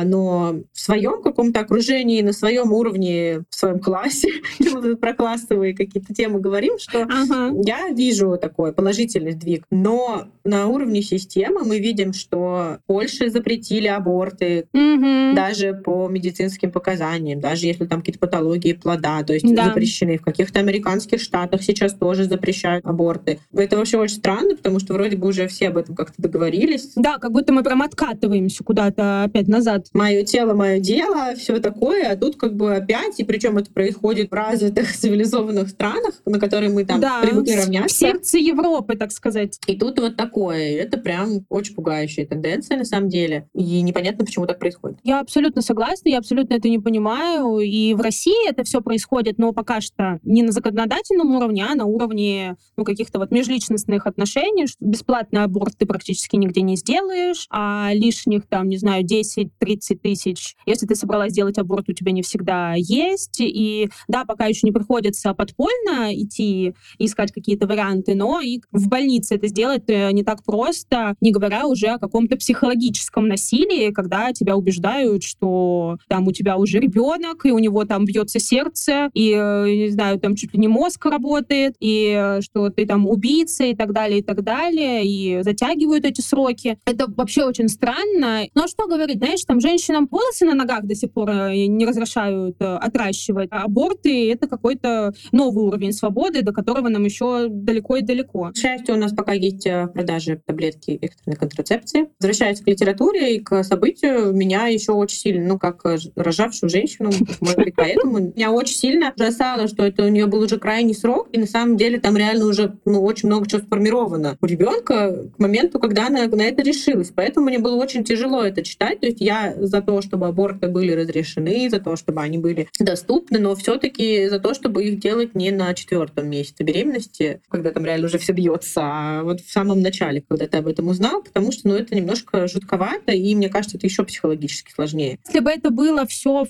но в своем каком-то окружении, на своем уровне, в своем классе, мы про классовые какие-то темы говорим, что ага. я вижу такой положительный сдвиг. Но на уровне системы мы видим, что в Польше запретили аборты угу. даже по медицинским показаниям, даже если там какие-то патологии плода, то есть да. запрещены. В каких-то американских штатах сейчас тоже запрещают аборты. Это вообще очень странно, потому что вроде бы уже все об этом как-то договорились. Да, как будто мы прям откатываемся куда-то опять назад. назад. Мое тело, мое дело, все такое, а тут как бы опять, и причем это происходит в развитых цивилизованных странах, на которые мы там Да, привыкли в равняться. сердце Европы, так сказать. И тут вот такое. И это прям очень пугающая тенденция на самом деле. И непонятно, почему так происходит. Я абсолютно согласна, я абсолютно это не понимаю. И в России это все происходит, но пока что не на законодательном уровне, а на уровне ну, каких-то вот межличностных отношений. Бесплатный аборт ты практически нигде не сделаешь, а лишних там, не знаю, десять-тридцать тысяч, если ты собралась сделать аборт, у тебя не всегда есть. И да, пока еще не приходится подпольно идти и искать какие-то варианты, но и в больнице это сделать не так просто, не говоря уже о каком-то психологическом насилии, когда тебя убеждают, что там у тебя уже ребенок, и у него там бьется сердце, и, не знаю, там чуть ли не мозг работает, и что ты там убийца, и так далее, и так далее, и затягивают эти сроки. Это вообще очень странно. Ну а что говорить, знаешь, там женщинам волосы на ногах до сих пор не разрешают отращивать. А аборты — это какой-то новый уровень свободы, до которого нам еще далеко и далеко. К счастью, у нас пока есть в продаже таблетки экстренной контрацепции. Возвращаясь к литературе и к событию, меня еще очень сильно, ну, как рожавшую женщину, может быть, поэтому меня очень сильно ужасало, что это у нее был уже крайний срок, и на самом деле там реально уже ну, очень много чего сформировано у ребенка к моменту, когда она на это решилась. Поэтому мне было очень тяжело это читать. То есть я за то, чтобы аборты были разрешены, за то, чтобы они были доступны, но все-таки за то, чтобы их делать не на четвертом месяце беременности, когда там реально уже все бьется, а вот в самом начале, когда ты об этом узнал, потому что ну, это немножко жутковато, и мне кажется, это еще психологически сложнее. Если бы это было все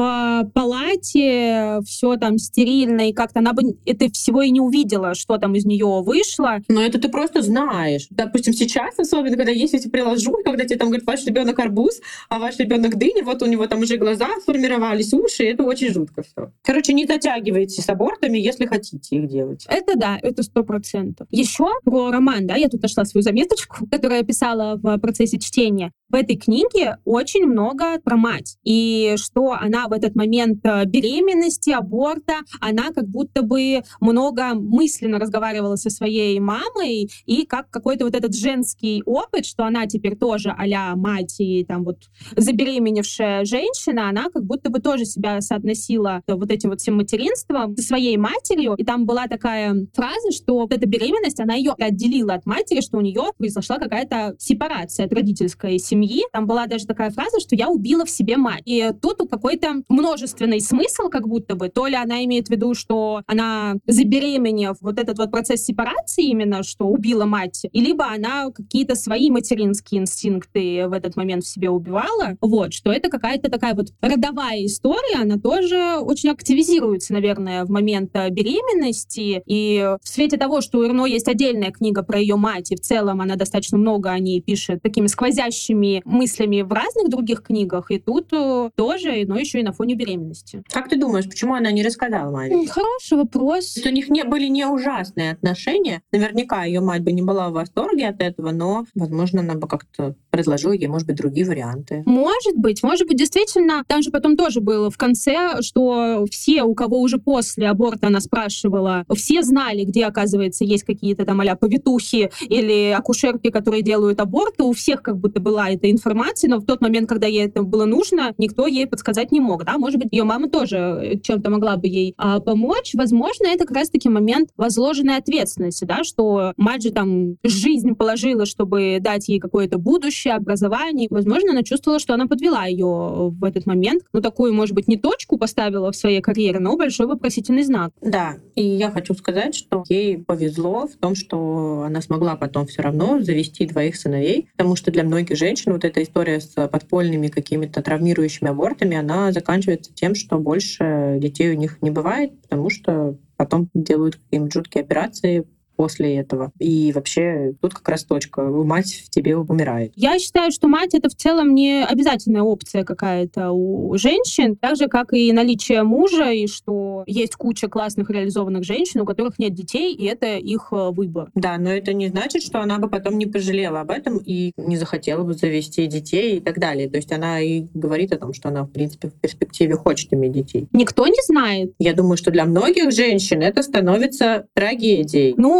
в палате, все там стерильно, и как-то она бы это всего и не увидела, что там из нее вышло. Но это ты просто знаешь. Допустим, сейчас, особенно когда есть эти приложухи, когда тебе там говорят, ваш ребенок арбуз, а ваш ребенок дыня, вот у него там уже глаза сформировались, уши, и это очень жутко все. Короче, не затягивайте с абортами, если хотите их делать. Это да, это сто процентов. Еще про роман, да, я тут нашла свою заметочку, которую я писала в процессе чтения. В этой книге очень много про мать. И что она в этот момент беременности, аборта, она как будто бы много мысленно разговаривала со своей мамой, и как какой-то вот этот женский опыт, что она теперь тоже а-ля мать и там вот забеременевшая женщина, она как будто бы тоже себя соотносила вот этим вот всем материнством со своей матерью. И там была такая фраза, что вот эта беременность, она ее отделила от матери, что у нее произошла какая-то сепарация от родительской семьи. Там была даже такая фраза, что я убила в себе мать. И тут какой-то множественный смысл, как будто бы. То ли она имеет в виду, что она, забеременев, вот этот вот процесс сепарации именно, что убила мать, и либо она какие-то свои материнские инстинкты в этот момент в себе убивала. Вот, что это какая-то такая вот родовая история, она тоже очень активизируется, наверное, в момент беременности. И в свете того, что у Эрно есть отдельная книга про ее мать, и в целом она достаточно много о ней пишет такими сквозящими мыслями в разных других книгах, и тут тоже, но еще и на фоне беременности. Как ты думаешь, почему она не рассказала маме? Хороший вопрос. У них не, были не ужасные отношения. Наверняка ее мать бы не была в восторге от этого, но, возможно, она бы как-то предложила ей, может быть, другие варианты. Может быть. Может быть, действительно. Там же потом тоже было в конце, что все, у кого уже после аборта она спрашивала, все знали, где, оказывается, есть какие-то там а-ля повитухи или акушерки, которые делают аборты. У всех как будто была эта информация, но в тот момент, когда ей это было нужно, никто ей подсказать не мог. Да? Может быть, ее мама тоже чем-то могла бы ей а, помочь. Возможно, это как раз-таки момент возложенной ответственности, да, что мать же там жизнь положила, чтобы дать ей какое-то будущее, образование. Возможно, она чувствовала, что она подвела ее в этот момент. Ну, такую, может быть, не точку поставила в своей карьере, но большой вопросительный знак. Да, и я хочу сказать, что ей повезло в том, что она смогла потом все равно завести двоих сыновей, потому что для многих женщин вот эта история с подпольными какими-то травмирующими абортами, она заканчивается тем, что больше детей у них не бывает, потому что потом делают какие-нибудь жуткие операции после этого. И вообще тут как раз точка. Мать в тебе умирает. Я считаю, что мать — это в целом не обязательная опция какая-то у женщин, так же, как и наличие мужа, и что есть куча классных реализованных женщин, у которых нет детей, и это их выбор. Да, но это не значит, что она бы потом не пожалела об этом и не захотела бы завести детей и так далее. То есть она и говорит о том, что она, в принципе, в перспективе хочет иметь детей. Никто не знает. Я думаю, что для многих женщин это становится трагедией. Ну,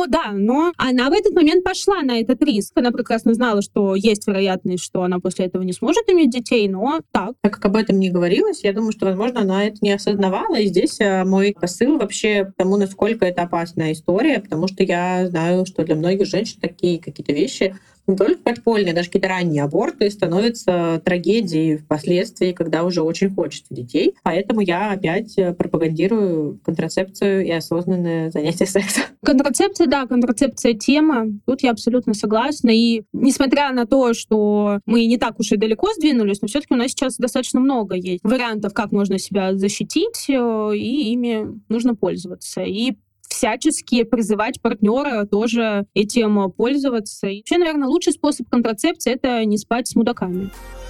да, но она в этот момент пошла на этот риск. Она прекрасно знала, что есть вероятность, что она после этого не сможет иметь детей, но так. Так как об этом не говорилось, я думаю, что, возможно, она это не осознавала. И здесь а, мой посыл вообще к тому, насколько это опасная история, потому что я знаю, что для многих женщин такие какие-то вещи, не только подпольные, даже какие-то ранние аборты становятся трагедией впоследствии, когда уже очень хочется детей. Поэтому я опять пропагандирую контрацепцию и осознанное занятие сексом. Контрацепция, да, контрацепция — тема. Тут я абсолютно согласна. И несмотря на то, что мы не так уж и далеко сдвинулись, но все-таки у нас сейчас достаточно много есть вариантов, как можно себя защитить, и ими нужно пользоваться. И всячески призывать партнера тоже этим пользоваться. И вообще, наверное, лучший способ контрацепции — это не спать с мудаками.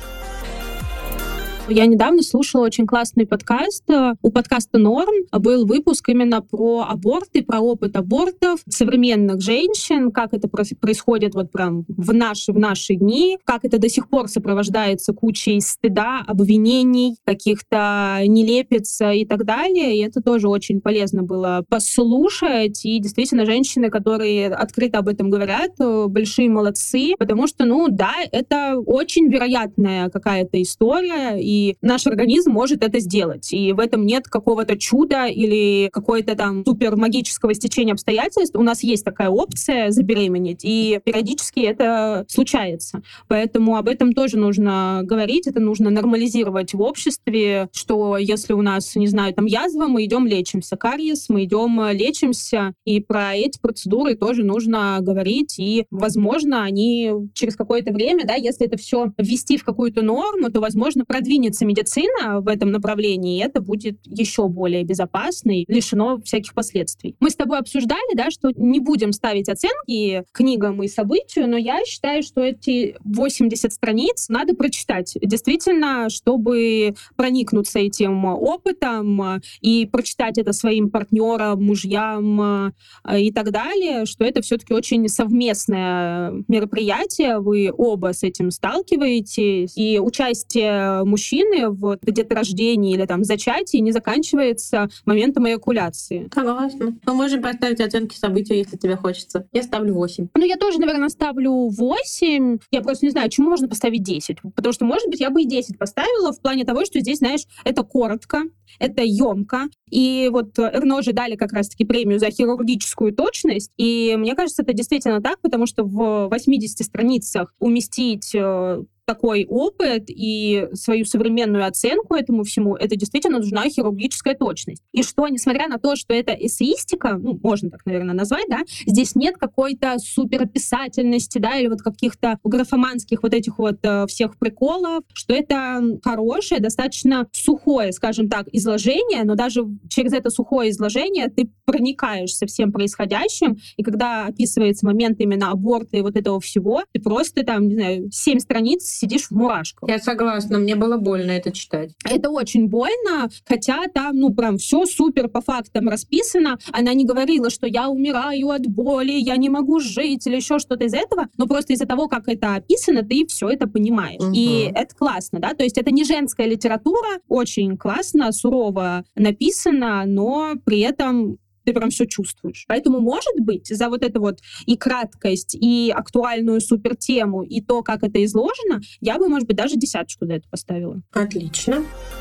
Я недавно слушала очень классный подкаст. У подкаста «Норм» был выпуск именно про аборты, про опыт абортов современных женщин, как это происходит вот прям в наши, в наши дни, как это до сих пор сопровождается кучей стыда, обвинений, каких-то нелепиц и так далее. И это тоже очень полезно было послушать. И действительно, женщины, которые открыто об этом говорят, большие молодцы, потому что, ну да, это очень вероятная какая-то история, и И наш организм может это сделать. И в этом нет какого-то чуда или какой-то там супер магического стечения обстоятельств. У нас есть такая опция забеременеть, и периодически это случается. Поэтому об этом тоже нужно говорить, это нужно нормализировать в обществе, что если у нас, не знаю, там язва, мы идем лечимся, кариес, мы идем лечимся, и про эти процедуры тоже нужно говорить, и, возможно, они через какое-то время, да, если это все ввести в какую-то норму, то, возможно, продвинется медицина в этом направлении, и это будет еще более безопасно и лишено всяких последствий. Мы с тобой обсуждали, да, что не будем ставить оценки книгам и событию, но я считаю, что эти восемьдесят страниц надо прочитать. Действительно, чтобы проникнуться этим опытом и прочитать это своим партнерам, мужьям и так далее, что это все-таки очень совместное мероприятие, вы оба с этим сталкиваетесь, и участие мужчин в деторождении или там зачатии не заканчивается моментом эякуляции. Согласна. Мы можем поставить оценки событию, если тебе хочется. Я ставлю восемь. Ну, я тоже, наверное, ставлю восемь. Я просто не знаю, чему можно поставить десять. Потому что, может быть, я бы и десять поставила в плане того, что здесь, знаешь, это коротко, это ёмко. И вот эр-эн-о же дали как раз-таки премию за хирургическую точность. И мне кажется, это действительно так, потому что в восьмидесяти страницах уместить такой опыт и свою современную оценку этому всему, это действительно нужна хирургическая точность. И что, несмотря на то, что это эссеистика, ну, можно так, наверное, назвать, да, здесь нет какой-то суперописательности, да, или вот каких-то графоманских вот этих вот э, всех приколов, что это хорошее, достаточно сухое, скажем так, изложение, но даже через это сухое изложение ты проникаешь со всем происходящим, и когда описывается момент именно аборта и вот этого всего, ты просто там, не знаю, семь страниц сидишь в мурашках. Я согласна, мне было больно это читать. Это очень больно, хотя там, ну, прям все супер по фактам расписано. Она не говорила, что я умираю от боли, я не могу жить или еще что-то из этого, но просто из-за того, как это описано, ты все это понимаешь. Угу. И это классно, да, то есть это не женская литература, очень классно, сурово написано, но при этом ты прям все чувствуешь. Поэтому, может быть, за вот это вот и краткость, и актуальную супертему, и то, как это изложено, я бы, может быть, даже десяточку за это поставила. Отлично.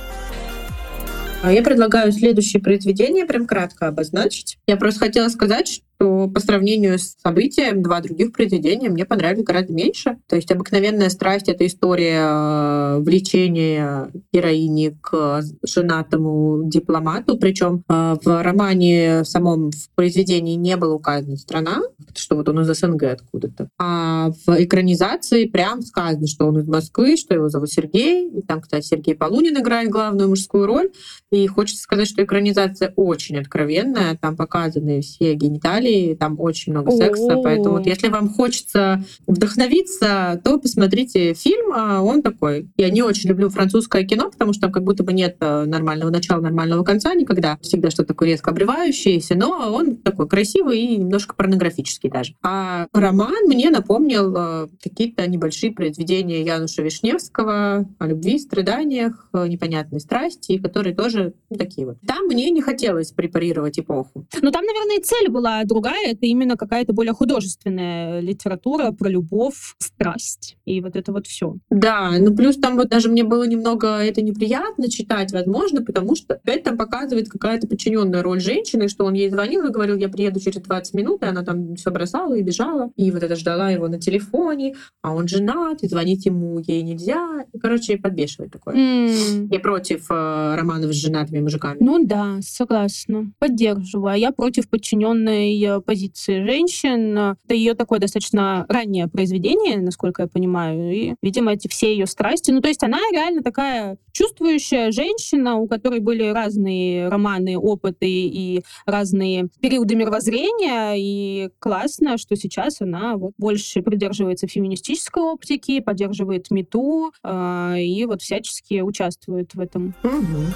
Я предлагаю следующее произведение прям кратко обозначить. Я просто хотела сказать, что по сравнению с событием два других произведения мне понравились гораздо меньше. То есть «Обыкновенная страсть» — это история влечения героини к женатому дипломату. Причем в романе в самом в произведении не была указана страна, что вот он из эс эн гэ откуда-то. А в экранизации прям сказано, что он из Москвы, что его зовут Сергей. И там, кстати, Сергей Полунин играет главную мужскую роль. И хочется сказать, что экранизация очень откровенная. Там показаны все гениталии, там очень много секса. О-о-о. Поэтому вот если вам хочется вдохновиться, то посмотрите фильм. Он такой. Я не очень люблю французское кино, потому что там как будто бы нет нормального начала, нормального конца никогда. Всегда что-то такое резко обрывающееся, но он такой красивый и немножко порнографический даже. А роман мне напомнил какие-то небольшие произведения Януша Вишневского о любви, страданиях, непонятной страсти, которые тоже ну, такие вот. Там мне не хотелось препарировать эпоху. Ну, там, наверное, и цель была другая — это именно какая-то более художественная литература про любовь, страсть. И вот это вот все. Да, ну плюс там вот даже мне было немного это неприятно читать, возможно, потому что опять там показывает какая-то подчиненная роль женщины, что он ей звонил и говорил: я приеду через двадцать минут, и она там все бросала и бежала, и вот это ждала его на телефоне, а он женат, и звонить ему ей нельзя. И, короче, подбешивает такое. Mm. Я против э, романов с женатыми мужиками. Ну да, согласна. Поддерживаю. Я против подчиненной позиции женщин. Это ее такое достаточно раннее произведение, насколько я понимаю. И, видимо, эти все ее страсти. Ну, то есть она реально такая чувствующая женщина, у которой были разные романы, опыты и разные периоды мировоззрения. И классно, что сейчас она вот больше придерживается феминистической оптики, поддерживает мету э, и вот всячески участвует в этом. Угу.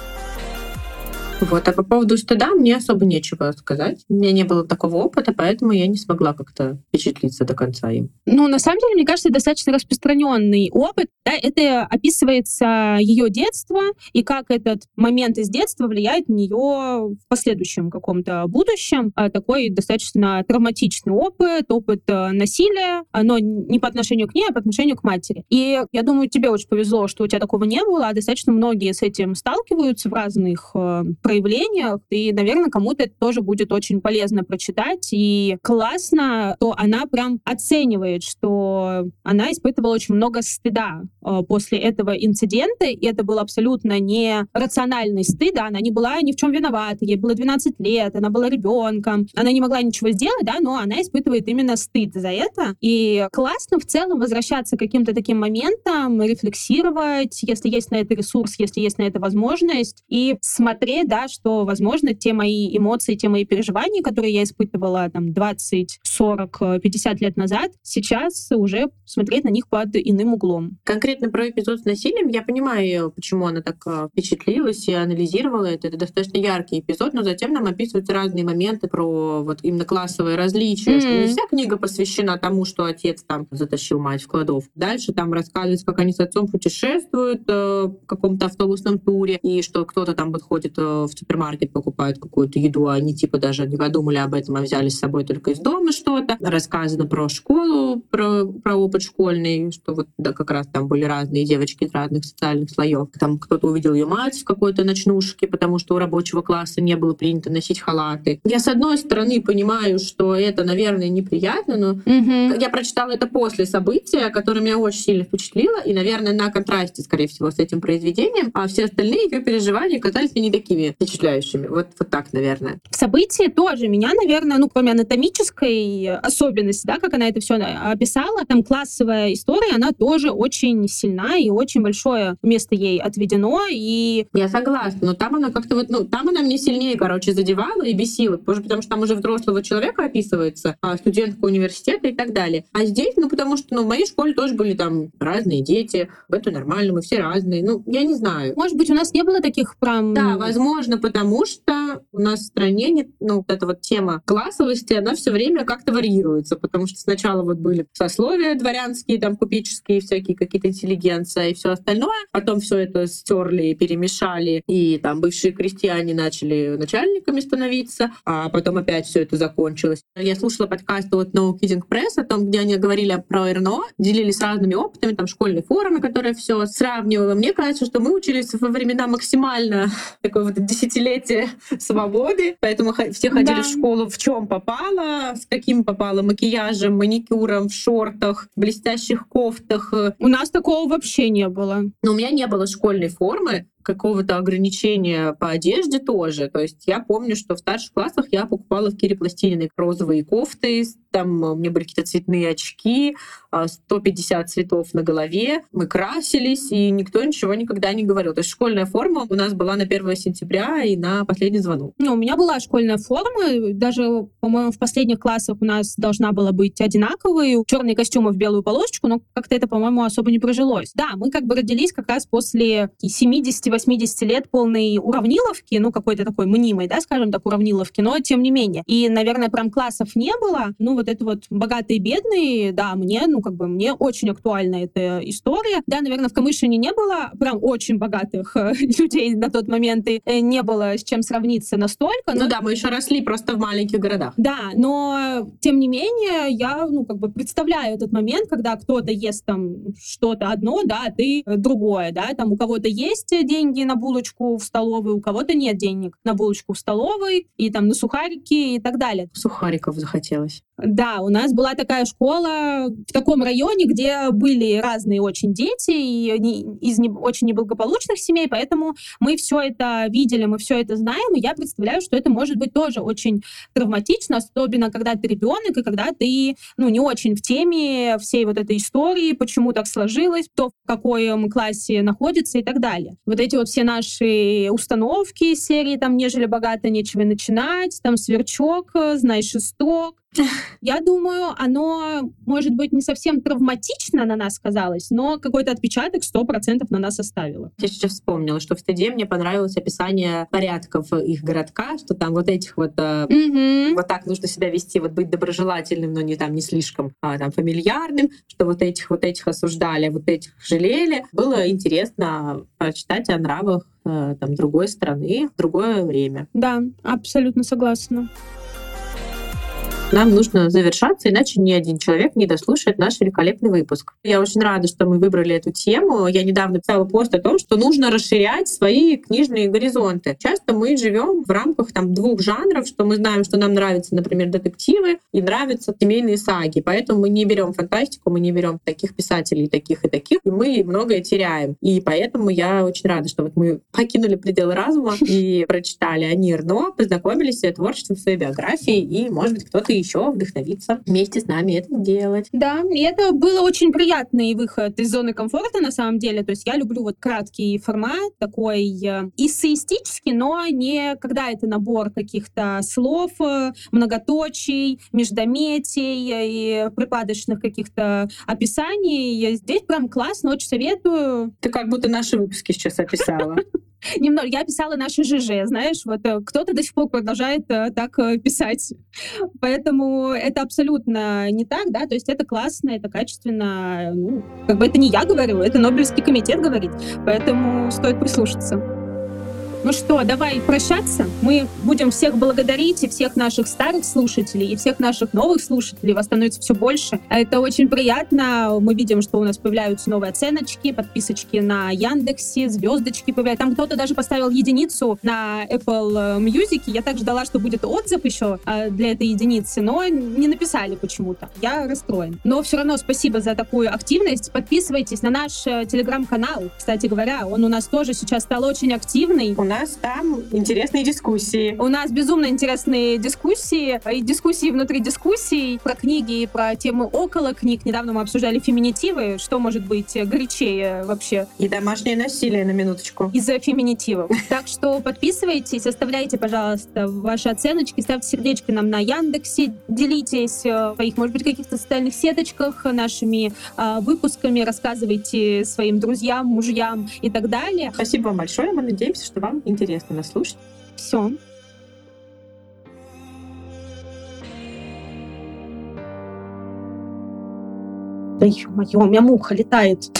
Вот, а по поводу стыда мне особо нечего сказать. У меня не было такого опыта, поэтому я не смогла как-то впечатлиться до конца им. Ну, на самом деле, мне кажется, это достаточно распространенный опыт. Да? Это описывается ее детство, и как этот момент из детства влияет на нее в последующем каком-то будущем. Такой достаточно травматичный опыт, опыт насилия, но не по отношению к ней, а по отношению к матери. И я думаю, тебе очень повезло, что у тебя такого не было, а достаточно многие с этим сталкиваются в разных проявлениях, и, наверное, кому-то это тоже будет очень полезно прочитать. И классно, что она прям оценивает, что она испытывала очень много стыда э, после этого инцидента, и это был абсолютно не рациональный стыд, да? Она не была ни в чем виновата, ей было двенадцать лет, она была ребенком, она не могла ничего сделать, да, но она испытывает именно стыд за это. И классно в целом возвращаться к каким-то таким моментам, рефлексировать, если есть на это ресурс, если есть на это возможность, и смотреть, да, что, возможно, те мои эмоции, те мои переживания, которые я испытывала там двадцать, сорок, пятьдесят лет назад, сейчас уже смотреть на них под иным углом. Конкретно про эпизод с насилием я понимаю, почему она так впечатлилась и анализировала это. Это достаточно яркий эпизод, но затем нам описываются разные моменты про вот именно классовые различия, mm-hmm. что не вся книга посвящена тому, что отец там затащил мать в кладовку. Дальше там рассказывается, как они с отцом путешествуют э, в каком-то автобусном туре, и что кто-то там вот ходит э, в супермаркет, покупают какую-то еду, а они типа даже не подумали об этом, а взяли с собой только из дома что-то. Рассказано про школу, про, про опыт школьный, что вот да, как раз там были разные девочки из разных социальных слоев. Там кто-то увидел ее мать в какой-то ночнушке, потому что у рабочего класса не было принято носить халаты. Я, с одной стороны, понимаю, что это, наверное, неприятно, но mm-hmm. я прочитала это после события, которое меня очень сильно впечатлило, и, наверное, на контрасте, скорее всего, с этим произведением, а все остальные ее переживания казались мне не такими впечатляющими. Вот, вот так, наверное. События тоже меня, наверное, ну, кроме анатомической особенности, да, как она это все описала, там классовая история, она тоже очень сильна, и очень большое место ей отведено. И... Я согласна, но там она как-то вот, ну, там она мне сильнее, короче, задевала и бесила, потому что там уже взрослого человека описывается, студентка университета и так далее. А здесь, ну, потому что, ну, в моей школе тоже были там разные дети, это нормально, мы все разные, ну, я не знаю. Может быть, у нас не было таких прям... Да, возможно, потому что у нас в стране, нет, ну, вот эта вот тема классовости, она все время как-то варьируется, потому что сначала вот были сословия дворянские, там, купеческие, всякие какие-то интеллигенция и все остальное, потом все это стерли, перемешали, и там бывшие крестьяне начали начальниками становиться, а потом опять все это закончилось. Я слушала подкаст вот No Kidding Press о том, где они говорили про эр эн о, делились разными опытами, там школьные форумы, которые все сравнивала. Мне кажется, что мы учились во времена максимально такое вот десятилетие свободы, поэтому все ходили да. в школу в чем попало, с каким попало макияжем, маникюром, в шортах, в блестящих кофтах. У нас такого вообще не было. Но у меня не было школьной формы, какого-то ограничения по одежде тоже. То есть я помню, что в старших классах я покупала в Кире Пластининой розовые кофты, там у меня были какие-то цветные очки, сто пятьдесят цветов на голове. Мы красились, и никто ничего никогда не говорил. То есть школьная форма у нас была на первое сентября и на последний звонок. Ну, у меня была школьная форма. Даже, по-моему, в последних классах у нас должна была быть одинаковой. Черные костюмы в белую полосочку, но как-то это, по-моему, особо не прижилось. Да, мы как бы родились как раз после семидесяти семидесяти-восьмидесяти лет полной уравниловки, ну, какой-то такой мнимой, да, скажем так, уравниловки, но тем не менее. И, наверное, прям классов не было. Ну, вот это вот богатые и бедные, да, мне, ну, как бы, мне очень актуальна эта история. Да, наверное, в Камышине не было прям очень богатых э, людей на тот момент, и э, не было с чем сравниться настолько. Ну но... да, мы еще росли просто в маленьких городах. Да, но, тем не менее, я, ну, как бы представляю этот момент, когда кто-то ест там что-то одно, да, а ты другое, да, там у кого-то есть деньги на булочку в столовой, у кого-то нет денег на булочку в столовой, и там на сухарики и так далее. Сухариков захотелось. Да, у нас была такая школа в таком районе, где были разные очень дети и не, из не, очень неблагополучных семей, поэтому мы все это видели, мы все это знаем, и я представляю, что это может быть тоже очень травматично, особенно когда ты ребенок и когда ты, ну, не очень в теме всей вот этой истории, почему так сложилось, кто в каком классе находится и так далее. Вот эти вот все наши установки серии там «Нежели богато, нечего начинать», там «Сверчок», «Знай шесток». Я думаю, оно, может быть, не совсем травматично на нас сказалось, но какой-то отпечаток сто процентов на нас оставило. Я сейчас вспомнила, что в «Стыде» мне понравилось описание порядков их городка, что там вот этих вот... Mm-hmm. Вот так нужно себя вести, вот быть доброжелательным, но не там не слишком а, там, фамильярным, что вот этих вот этих осуждали, вот этих жалели. Было интересно прочитать о нравах э, там, другой страны в другое время. Да, абсолютно согласна. Нам нужно завершаться, иначе ни один человек не дослушает наш великолепный выпуск. Я очень рада, что мы выбрали эту тему. Я недавно писала пост о том, что нужно расширять свои книжные горизонты. Часто мы живем в рамках там, двух жанров, что мы знаем, что нам нравятся, например, детективы и нравятся семейные саги. Поэтому мы не берем фантастику, мы не берем таких писателей, таких и таких, и мы многое теряем. И поэтому я очень рада, что вот мы покинули пределы разума и прочитали Ани Эрно, познакомились с творчеством своей биографии, и, может быть, кто-то еще вдохновиться вместе с нами это делать. Да, и это было очень приятный выход из зоны комфорта на самом деле. То есть я люблю вот краткий формат, такой эссеистический, но не когда это набор каких-то слов, многоточий, междометий и припадочных каких-то описаний. Здесь прям классно, очень советую. Ты как будто наши выпуски сейчас описала. Немного. Я писала наши ЖЖ, знаешь, вот кто-то до сих пор продолжает так писать. Поэтому это абсолютно не так, да, то есть это классно, это качественно. Ну, как бы это не я говорю, это Нобелевский комитет говорит, поэтому стоит прислушаться. Ну что, давай прощаться. Мы будем всех благодарить, и всех наших старых слушателей, и всех наших новых слушателей. Вас становится все больше. Это очень приятно. Мы видим, что у нас появляются новые оценочки, подписочки на Яндексе, звездочки появляются. Там кто-то даже поставил единицу на Apple Music. Я так ждала, что будет отзыв еще для этой единицы, но не написали почему-то. Я расстроен. Но все равно спасибо за такую активность. Подписывайтесь на наш телеграм-канал. Кстати говоря, он у нас тоже сейчас стал очень активный. У нас там интересные дискуссии. У нас безумно интересные дискуссии, и дискуссии внутри дискуссий про книги, про темы около книг. Недавно мы обсуждали феминитивы, что может быть горячее вообще. И домашнее насилие, на минуточку. Из-за феминитивов. Так что подписывайтесь, оставляйте, пожалуйста, ваши оценочки, ставьте сердечки нам на Яндексе, делитесь в своих, может быть, каких-то социальных сеточках нашими э, выпусками, рассказывайте своим друзьям, мужьям и так далее. Спасибо вам большое, мы надеемся, что вам интересно нас слушать. Все. Да ё-моё, у меня муха летает.